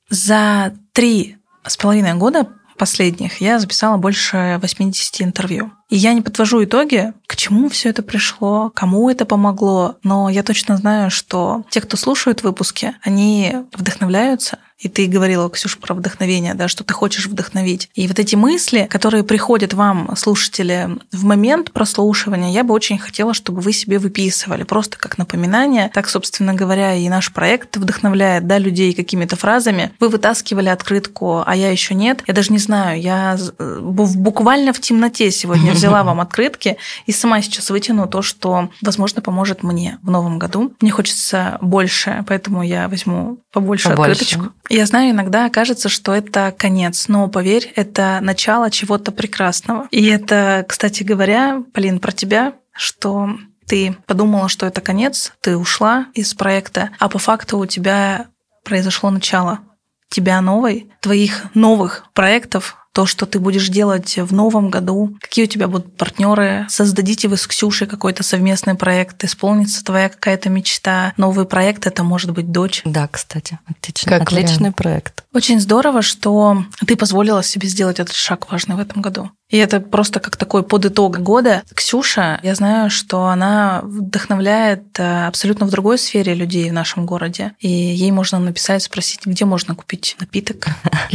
за три с половиной года последних я записала больше восьмидесяти интервью. И я не подвожу итоги, к чему все это пришло, кому это помогло, но я точно знаю, что те, кто слушают выпуски, они вдохновляются. И ты говорила, Ксюша, про вдохновение, да, что ты хочешь вдохновить. И вот эти мысли, которые приходят вам, слушатели, в момент прослушивания, я бы очень хотела, чтобы вы себе выписывали, просто как напоминание. Так, собственно говоря, и наш проект вдохновляет, да, людей какими-то фразами. Вы вытаскивали открытку, а я еще нет. Я даже не знаю, я буквально в темноте сегодня взяла вам открытки и сама сейчас вытяну то, что, возможно, поможет мне в новом году. Мне хочется больше, поэтому я возьму побольше, побольше. открыточку. Я знаю, иногда кажется, что это конец, но поверь, это начало чего-то прекрасного. И это, кстати говоря, Полин, про тебя, что ты подумала, что это конец, ты ушла из проекта, а по факту у тебя произошло начало тебя новой, твоих новых проектов, то, что ты будешь делать в новом году, какие у тебя будут партнеры, создадите вы с Ксюшей какой-то совместный проект, исполнится твоя какая-то мечта. Новый проект — это может быть дочь. Да, кстати, отлично. Отличный вариант. Проект. Очень здорово, что ты позволила себе сделать этот шаг важный в этом году. И это просто как такой подытог года. Ксюша, я знаю, что она вдохновляет абсолютно в другой сфере людей в нашем городе. И ей можно написать, спросить, где можно купить напиток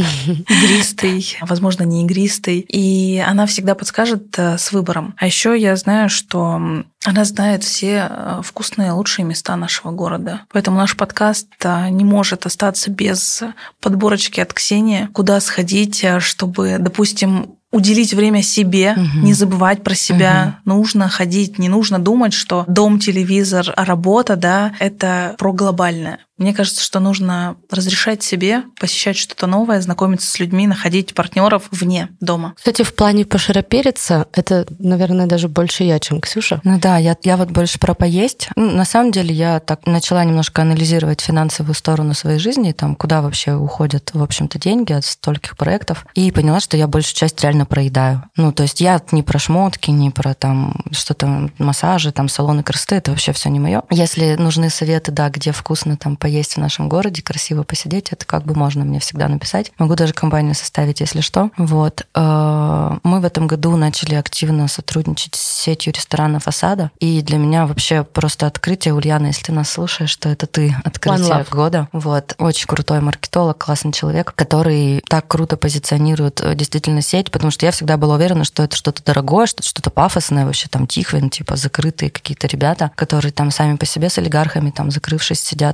игристый, возможно, не игристый. И она всегда подскажет с выбором. А еще я знаю, что она знает все вкусные, лучшие места нашего города. Поэтому наш подкаст не может остаться без подборочки от Ксении, куда сходить, чтобы, допустим, уделить время себе, угу. не забывать про себя. Угу. Нужно ходить, не нужно думать, что дом, телевизор, работа, да, это про глобальное. Мне кажется, что нужно разрешать себе посещать что-то новое, знакомиться с людьми, находить партнеров вне дома. Кстати, в плане поширопериться, это, наверное, даже больше я, чем Ксюша. Ну да, я, я вот больше про поесть. Ну, на самом деле я так начала немножко анализировать финансовую сторону своей жизни, там, куда вообще уходят, в общем-то, деньги от стольких проектов, и поняла, что я большую часть реально проедаю. Ну, то есть я не про шмотки, не про там что-то, массажи, там, салоны красоты, это вообще все не мое. Если нужны советы, да, где вкусно там поесть, есть в нашем городе, красиво посидеть, это как бы можно мне всегда написать. Могу даже компанию составить, если что. Вот. Мы в этом году начали активно сотрудничать с сетью ресторанов «Осада», и для меня вообще просто открытие, Ульяна, если ты нас слушаешь, что это ты, открытие года. Вот. Очень крутой маркетолог, классный человек, который так круто позиционирует действительно сеть, потому что я всегда была уверена, что это что-то дорогое, что-то, что-то пафосное, вообще там Тихвин, типа закрытые какие-то ребята, которые там сами по себе с олигархами там закрывшись сидят и едят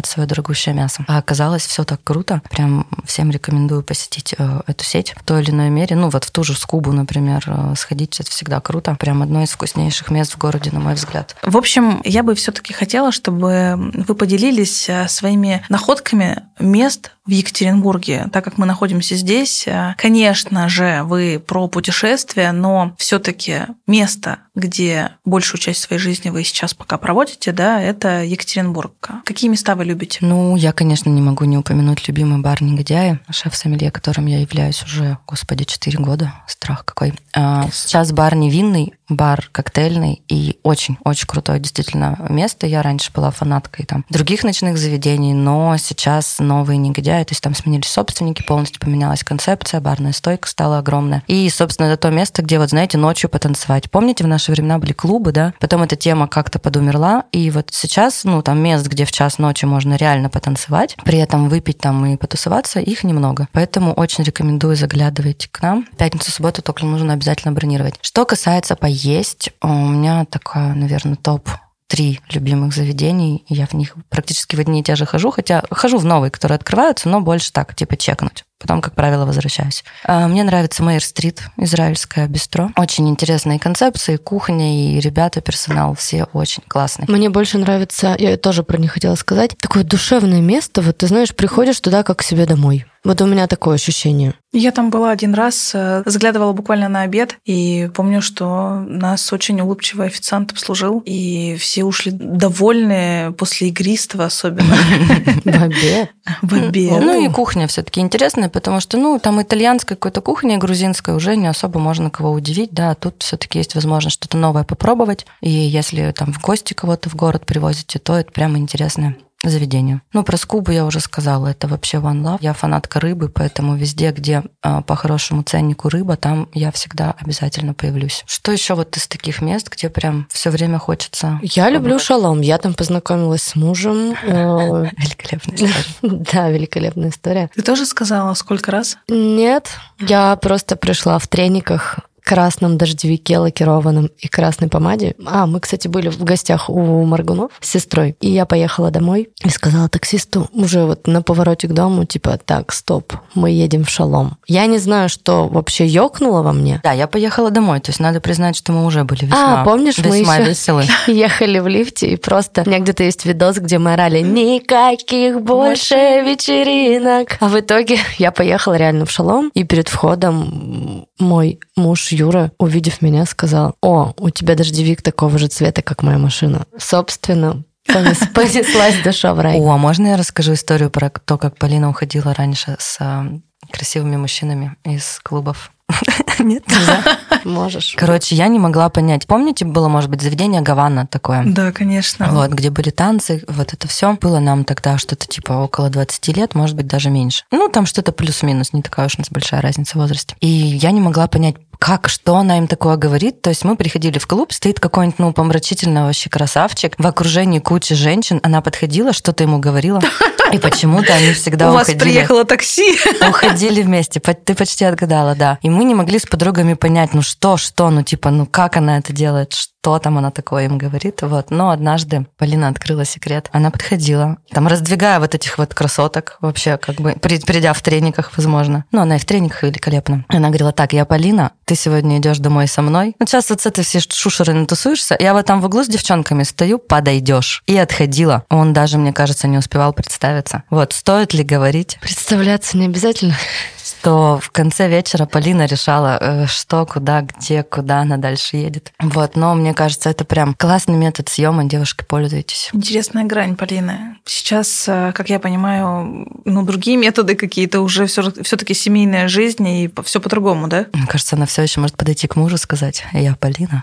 покупать свое дорогущее мясо. А оказалось все так круто. Прям всем рекомендую посетить э, эту сеть в той или иной мере. Ну вот в ту же Скубу, например, э, сходить, это всегда круто. Прям одно из вкуснейших мест в городе, на мой взгляд. В общем, я бы все-таки хотела, чтобы вы поделились своими находками мест в Екатеринбурге, так как мы находимся здесь. Конечно же, вы про путешествия, но все-таки место, где большую часть своей жизни вы сейчас пока проводите, да, это Екатеринбург. Какие места вы любите? Ну, я, конечно, не могу не упомянуть любимый бар «Негодяи», шеф-сомелье, которым я являюсь уже, господи, четыре года. Страх какой. Сейчас бар «Невинный», бар коктейльный и очень-очень крутое действительно место. Я раньше была фанаткой там других ночных заведений, но сейчас новые «Негодяи», то есть там сменились собственники, полностью поменялась концепция, барная стойка стала огромная. И, собственно, это то место, где, вот знаете, ночью потанцевать. Помните, в наши времена были клубы, да? Потом эта тема как-то подумерла, и вот сейчас, ну, там мест, где в час ночи можно реально потанцевать, при этом выпить там и потусоваться, их немного. Поэтому очень рекомендую заглядывать к нам. Пятницу, субботу только нужно обязательно бронировать. Что касается поесть, у меня такая, наверное, топ три любимых заведений. Я в них практически в одни и те же хожу, хотя хожу в новые, которые открываются, но больше так, типа чекнуть. Потом, как правило, возвращаюсь. Мне нравится Мейер-стрит, израильское бистро. Очень интересные концепции, кухня и ребята, персонал, все очень классные. Мне больше нравится, я тоже про них хотела сказать, такое душевное место. Вот ты знаешь, приходишь туда как к себе домой. Вот у меня такое ощущение. Я там была один раз, заглядывала буквально на обед, и помню, что нас очень улыбчивый официант обслужил, и все ушли довольные после игристого особенно. В обед? В обед. Ну и кухня все-таки интересная, потому что, ну, там итальянская какая-то кухня, грузинская, уже не особо можно кого удивить, да, а тут все-таки есть возможность что-то новое попробовать, и если там в гости кого-то в город привозите, то это прямо интересное заведение. Ну, про Скубу я уже сказала, это вообще one love. Я фанатка рыбы, поэтому везде, где э, по хорошему ценнику рыба, там я всегда обязательно появлюсь. Что еще вот из таких мест, где прям все время хочется... Я люблю Шалом. Я там познакомилась с мужем. Великолепная история. Да, великолепная история. Ты тоже сказала, сколько раз? Нет, я просто пришла в трениках, красном дождевике лакированном и красной помаде. А, мы, кстати, были в гостях у Моргунов с сестрой. И я поехала домой и сказала таксисту уже вот на повороте к дому, типа, так, стоп, мы едем в Шалом. Я не знаю, что вообще ёкнуло во мне. Да, я поехала домой, то есть надо признать, что мы уже были весьма, а, помнишь, весьма мы веселы. Ехали в лифте, и просто у меня где-то есть видос, где мы орали «Никаких больше вечеринок». А в итоге я поехала реально в Шалом, и перед входом мой муж Юра, увидев меня, сказал: «О, у тебя дождевик такого же цвета, как моя машина». Собственно, понес, понеслась душа в рай. О, а можно я расскажу историю про то, как Полина уходила раньше с а, красивыми мужчинами из клубов? Нет, нельзя? Можешь. Короче, я не могла понять. Помните, было, может быть, заведение «Гавана» такое? Да, конечно. Вот, где были танцы, вот это все. Было нам тогда что-то типа около двадцати лет, может быть, даже меньше. Ну, там что-то плюс-минус, не такая уж у нас большая разница в возрасте. И я не могла понять, как, что она им такое говорит. То есть мы приходили в клуб, стоит какой-нибудь, ну, помрачительный вообще красавчик, в окружении кучи женщин. Она подходила, что-то ему говорила. И почему-то они всегда уходили. У уходили. вас приехало такси. Уходили вместе. Ты почти отгадала, да. И мы не могли с подругами понять, ну что, что, ну типа, ну как она это делает, что там она такое им говорит. Вот. Но однажды Полина открыла секрет. Она подходила, там раздвигая вот этих вот красоток, вообще как бы, придя в трениках, возможно. Ну, она и в трениках великолепно. Она говорила: так, я Полина, ты сегодня идешь домой со мной. Вот сейчас вот с этой всей шушерой натусуешься. Я вот там в углу с девчонками стою, подойдешь. И отходила. Он даже, мне кажется, не успевал представиться. Вот, стоит ли говорить? Представляться не обязательно. Что в конце вечера Полина решала, что, куда, где, куда она дальше едет. Вот, но мне кажется, это прям классный метод съема, девушки, пользуйтесь. Интересная грань, Полина. Сейчас, как я понимаю, ну, другие методы какие-то, уже все-таки семейная жизнь, и все по-другому, да? Мне кажется, она все еще может подойти к мужу и сказать: я Полина.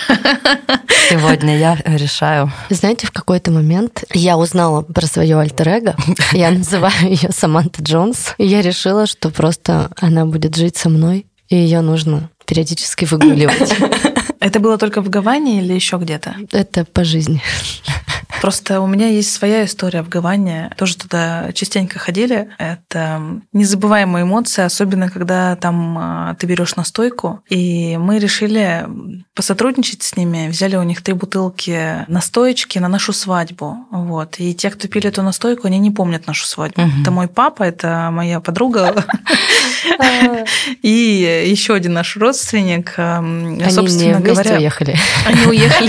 Сегодня я решаю. Знаете, в какой-то момент я узнала про свое альтер-эго. Я называю ее Саманта Джонс. И я решила, что просто она будет жить со мной, и ее нужно периодически выгуливать. Это было только в Гаване или еще где-то? Это по жизни. Просто у меня есть своя история в Гаване. Тоже туда частенько ходили. Это незабываемые эмоции, особенно когда там ты берешь настойку. И мы решили посотрудничать с ними. Взяли у них три бутылки настоечки на нашу свадьбу. Вот. И те, кто пили эту настойку, они не помнят нашу свадьбу. Угу. Это мой папа, это моя подруга. И еще один наш родственник. Они собственно не говоря, уехали. Они уехали.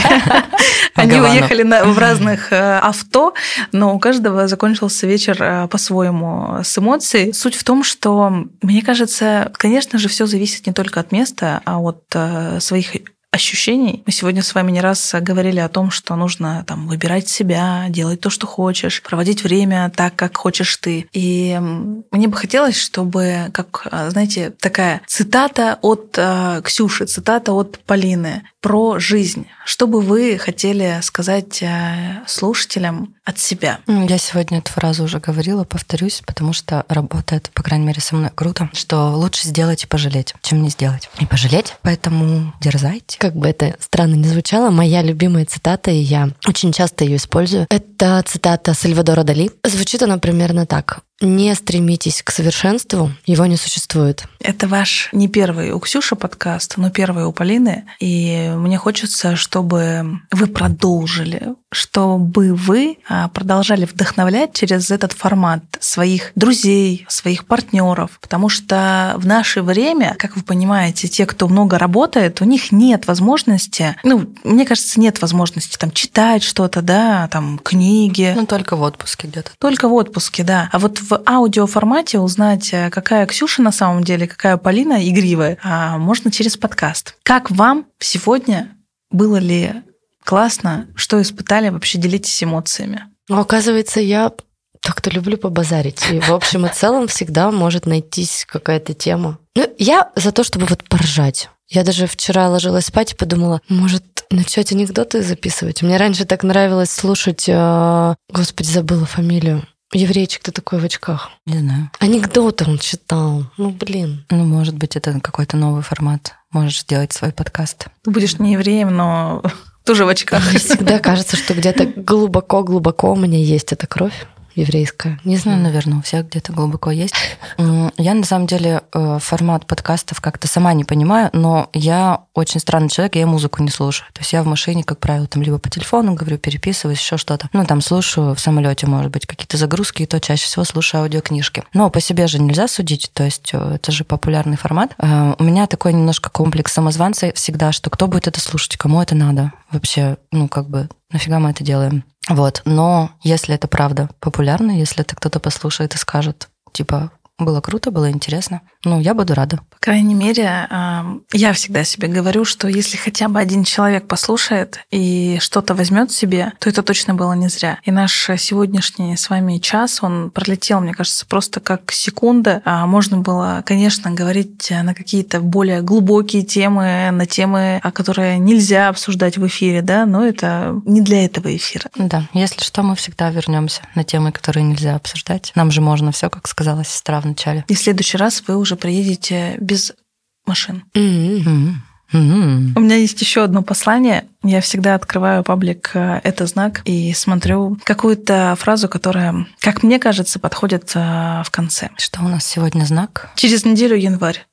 Они уехали в разных авто, но у каждого закончился вечер по-своему с эмоцией. Суть в том, что, мне кажется, конечно же, все зависит не только от места, а от своих ощущений. Мы сегодня с вами не раз говорили о том, что нужно там выбирать себя, делать то, что хочешь, проводить время так, как хочешь ты. И мне бы хотелось, чтобы, как, знаете, такая цитата от э, Ксюши, цитата от Полины про жизнь. Что бы вы хотели сказать э, слушателям от себя? Я сегодня эту фразу уже говорила, повторюсь, потому что работает, по крайней мере, со мной круто, что лучше сделать и пожалеть, чем не сделать. И пожалеть, поэтому дерзайте. Как бы это странно ни звучало, моя любимая цитата, и я очень часто ее использую, это цитата Сальвадора Дали. Звучит она примерно так. Не стремитесь к совершенству, его не существует. Это ваш не первый у Ксюши подкаст, но первый у Полины. И мне хочется, чтобы вы продолжили, чтобы вы продолжали вдохновлять через этот формат своих друзей, своих партнеров. Потому что в наше время, как вы понимаете, те, кто много работает, у них нет возможности, ну, мне кажется, нет возможности там читать что-то, да, там книги. Ну, только в отпуске где-то. Только в отпуске, да. А вот в аудиоформате узнать, какая Ксюша на самом деле, какая Полина игривая, можно через подкаст. Как вам сегодня? Было ли классно? Что испытали? Вообще делитесь эмоциями. Ну, оказывается, я так-то люблю побазарить. И в общем и целом всегда может найтись какая-то тема. Ну, я за то, чтобы вот поржать. Я даже вчера ложилась спать и подумала, может, начать анекдоты записывать. Мне раньше так нравилось слушать... Господи, забыла фамилию. Еврейчик, кто такой в очках? Не знаю. Анекдоты он читал. Ну, блин. Ну, может быть, это какой-то новый формат. Можешь сделать свой подкаст. Ты будешь не евреем, но тоже в очках. Мне всегда кажется, что где-то глубоко-глубоко у меня есть эта кровь еврейская. Не знаю. Ну, наверное, у всех где-то глубоко есть. Я, на самом деле, формат подкастов как-то сама не понимаю, но я очень странный человек, я музыку не слушаю. То есть я в машине, как правило, там либо по телефону говорю, переписываюсь, еще что-то. Ну, там слушаю в самолете, может быть, какие-то загрузки, и то чаще всего слушаю аудиокнижки. Но по себе же нельзя судить, то есть это же популярный формат. У меня такой немножко комплекс самозванца всегда, что кто будет это слушать, кому это надо вообще, ну, как бы, нафига мы это делаем? Вот, но если это правда популярно, если это кто-то послушает и скажет, типа, было круто, было интересно, ну, я буду рада. По крайней мере, я всегда себе говорю, что если хотя бы один человек послушает и что-то возьмет себе, то это точно было не зря. И наш сегодняшний с вами час, он пролетел, мне кажется, просто как секунда. Можно было, конечно, говорить на какие-то более глубокие темы, на темы, которые нельзя обсуждать в эфире, да, но это не для этого эфира. Да, если что, мы всегда вернемся на темы, которые нельзя обсуждать. Нам же можно все, как сказала сестра в начале. И в следующий раз вы уже приедете без машин. Mm-hmm. Mm-hmm. У меня есть еще одно послание. Я всегда открываю паблик «Это знак» и смотрю какую-то фразу, которая, как мне кажется, подходит в конце. Что у нас сегодня знак? Через неделю январь.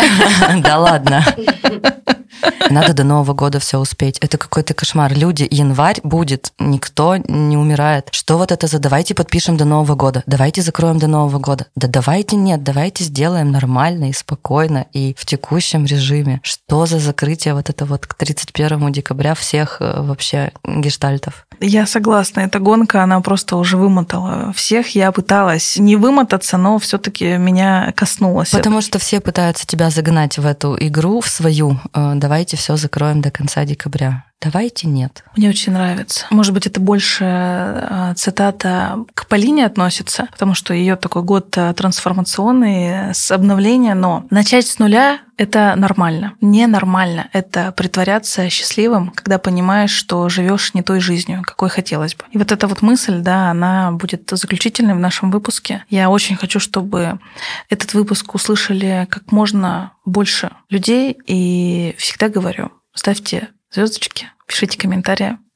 Да ладно. Надо до Нового года все успеть. Это какой-то кошмар. Люди, январь будет, никто не умирает. Что вот это за давайте подпишем до Нового года, давайте закроем до Нового года. Да давайте нет, давайте сделаем нормально и спокойно и в текущем режиме. Что за закрытие вот это вот к тридцать первому декабря всех вообще гештальтов? Я согласна, эта гонка, она просто уже вымотала всех. Я пыталась не вымотаться, но все-таки меня коснулось. Потому что все пытаются тебя загнать в эту игру, в свою. Давайте все закроем до конца декабря. Давайте нет. Мне очень нравится. Может быть, это больше цитата к Полине относится, потому что ее такой год трансформационный, с обновления, но начать с нуля — это нормально. Ненормально — это притворяться счастливым, когда понимаешь, что живешь не той жизнью, какой хотелось бы. И вот эта вот мысль, да, она будет заключительной в нашем выпуске. Я очень хочу, чтобы этот выпуск услышали как можно больше людей, и всегда говорю, ставьте звездочки, пишите комментарии.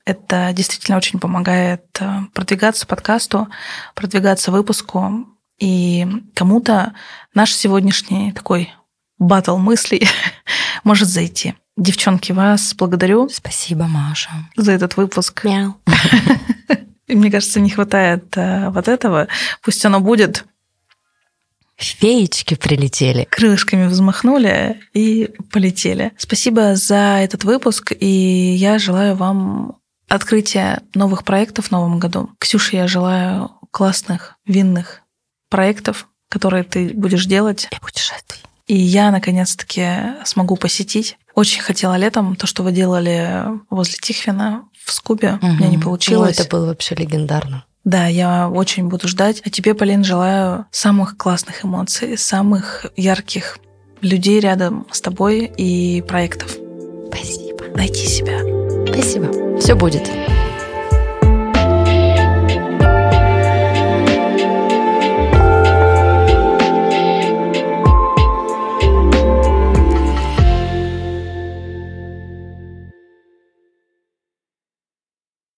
Это действительно очень помогает продвигаться подкасту, продвигаться выпуску. И кому-то наш сегодняшний такой баттл мыслей может зайти. Девчонки, вас благодарю. Спасибо, Маша. За этот выпуск. Мяу. И мне кажется, не хватает вот этого. Пусть оно будет. Феечки прилетели. Крылышками взмахнули и полетели. Спасибо за этот выпуск, и я желаю вам открытия новых проектов в новом году. Ксюша, я желаю классных винных проектов, которые ты будешь делать. И путешествий. И я, наконец-таки, смогу посетить. Очень хотела летом то, что вы делали возле Тихвина в Скубе. Угу. У меня не получилось. Ну, это было вообще легендарно. Да, я очень буду ждать. А тебе, Полин, желаю самых классных эмоций, самых ярких людей рядом с тобой и проектов. Спасибо. Найти себя. Спасибо. Все будет.